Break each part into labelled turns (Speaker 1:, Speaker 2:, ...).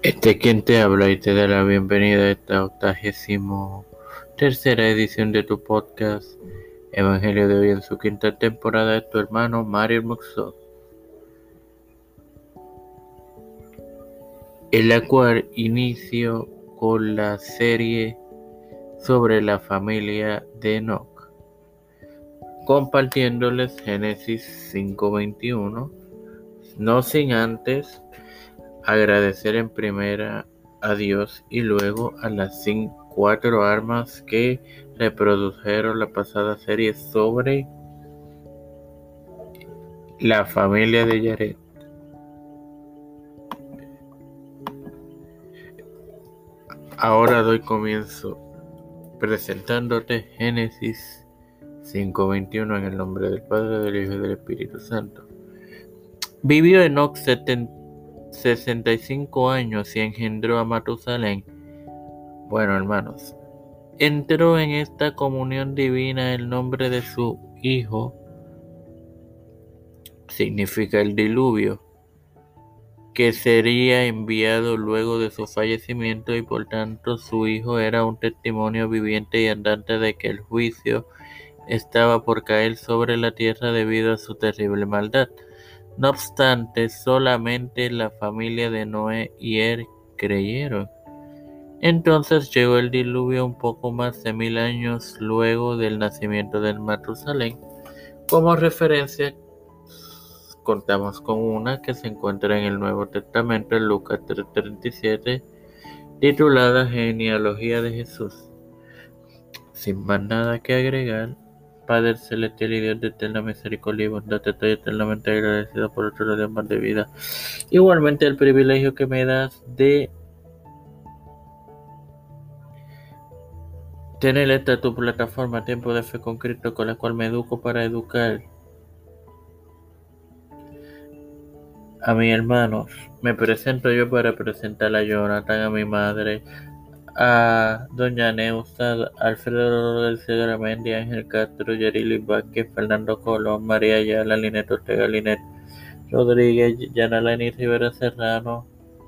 Speaker 1: Quien te habla y te da la bienvenida a esta 83ª edición de tu podcast Evangelio de hoy en su quinta temporada de tu hermano Mario Muxo, en la cual inicio con la serie sobre la familia de Enoch, compartiéndoles Génesis 5:21, no sin antes agradecer en primera a Dios y luego a las 4 armas que reprodujeron la pasada serie sobre la familia de Jared. Ahora doy comienzo presentándote Génesis 5:21 en el nombre del Padre, del Hijo y del Espíritu Santo. Vivió Enoc 65 años y engendró a Matusalén. Bueno, hermanos, entró en esta comunión divina el nombre de su hijo, significa el diluvio, que sería enviado luego de su fallecimiento, y por tanto su hijo era un testimonio viviente y andante de que el juicio estaba por caer sobre la tierra debido a su terrible maldad. No obstante, solamente la familia de Noé y él creyeron. Entonces llegó el diluvio un poco más de 1000 años luego del nacimiento de Matusalén. Como referencia, contamos con una que se encuentra en el Nuevo Testamento en Lucas 3:37, titulada Genealogía de Jesús. Sin más nada que agregar, Padre celestial y Dios de eterna misericordia y bondad, estoy eternamente agradecido por otro día más de vida. Igualmente el privilegio que me das de tener esta tu plataforma Tiempo de Fe con Cristo, con la cual me educo para educar a mis hermanos. Me presento yo para presentar a Jonathan, a mi madre, a doña Neusta, Alfredo del Segramendi, Ángel Castro, Yerili Vázquez, Fernando Colón, María Ayala, Linet Ortega, Linet Rodríguez, Yanalani Rivera Serrano,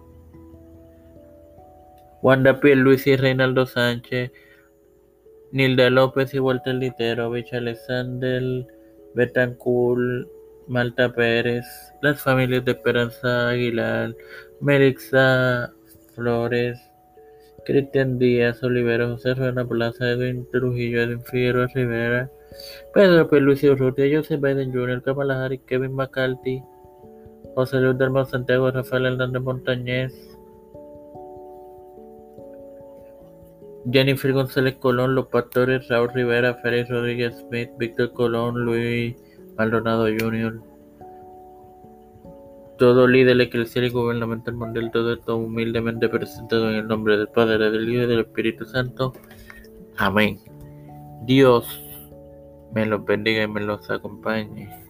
Speaker 1: Wanda Luis y Reinaldo Sánchez, Nilda López y Walter Litero, Vich Alexander Betancourt, Malta Pérez, las familias de Esperanza Aguilar, Melixa Flores, Cristian Díaz, Olivero, José Rueda Plaza, Edwin Trujillo, Edwin Figueroa Rivera, Pedro P. Luis Urrutia, Joseph Biden Jr., Kamala Harris, Kevin McCarthy, José Luis Dalmau Santiago, Rafael Hernández Montañez, Jennifer González Colón, Los Pastores, Raúl Rivera, Félix Rodríguez Smith, Víctor Colón, Luis Maldonado Jr., todo líder eclesial y gubernamental mundial, todo esto humildemente presentado en el nombre del Padre, del Hijo y del Espíritu Santo. Amén. Dios me los bendiga y me los acompañe.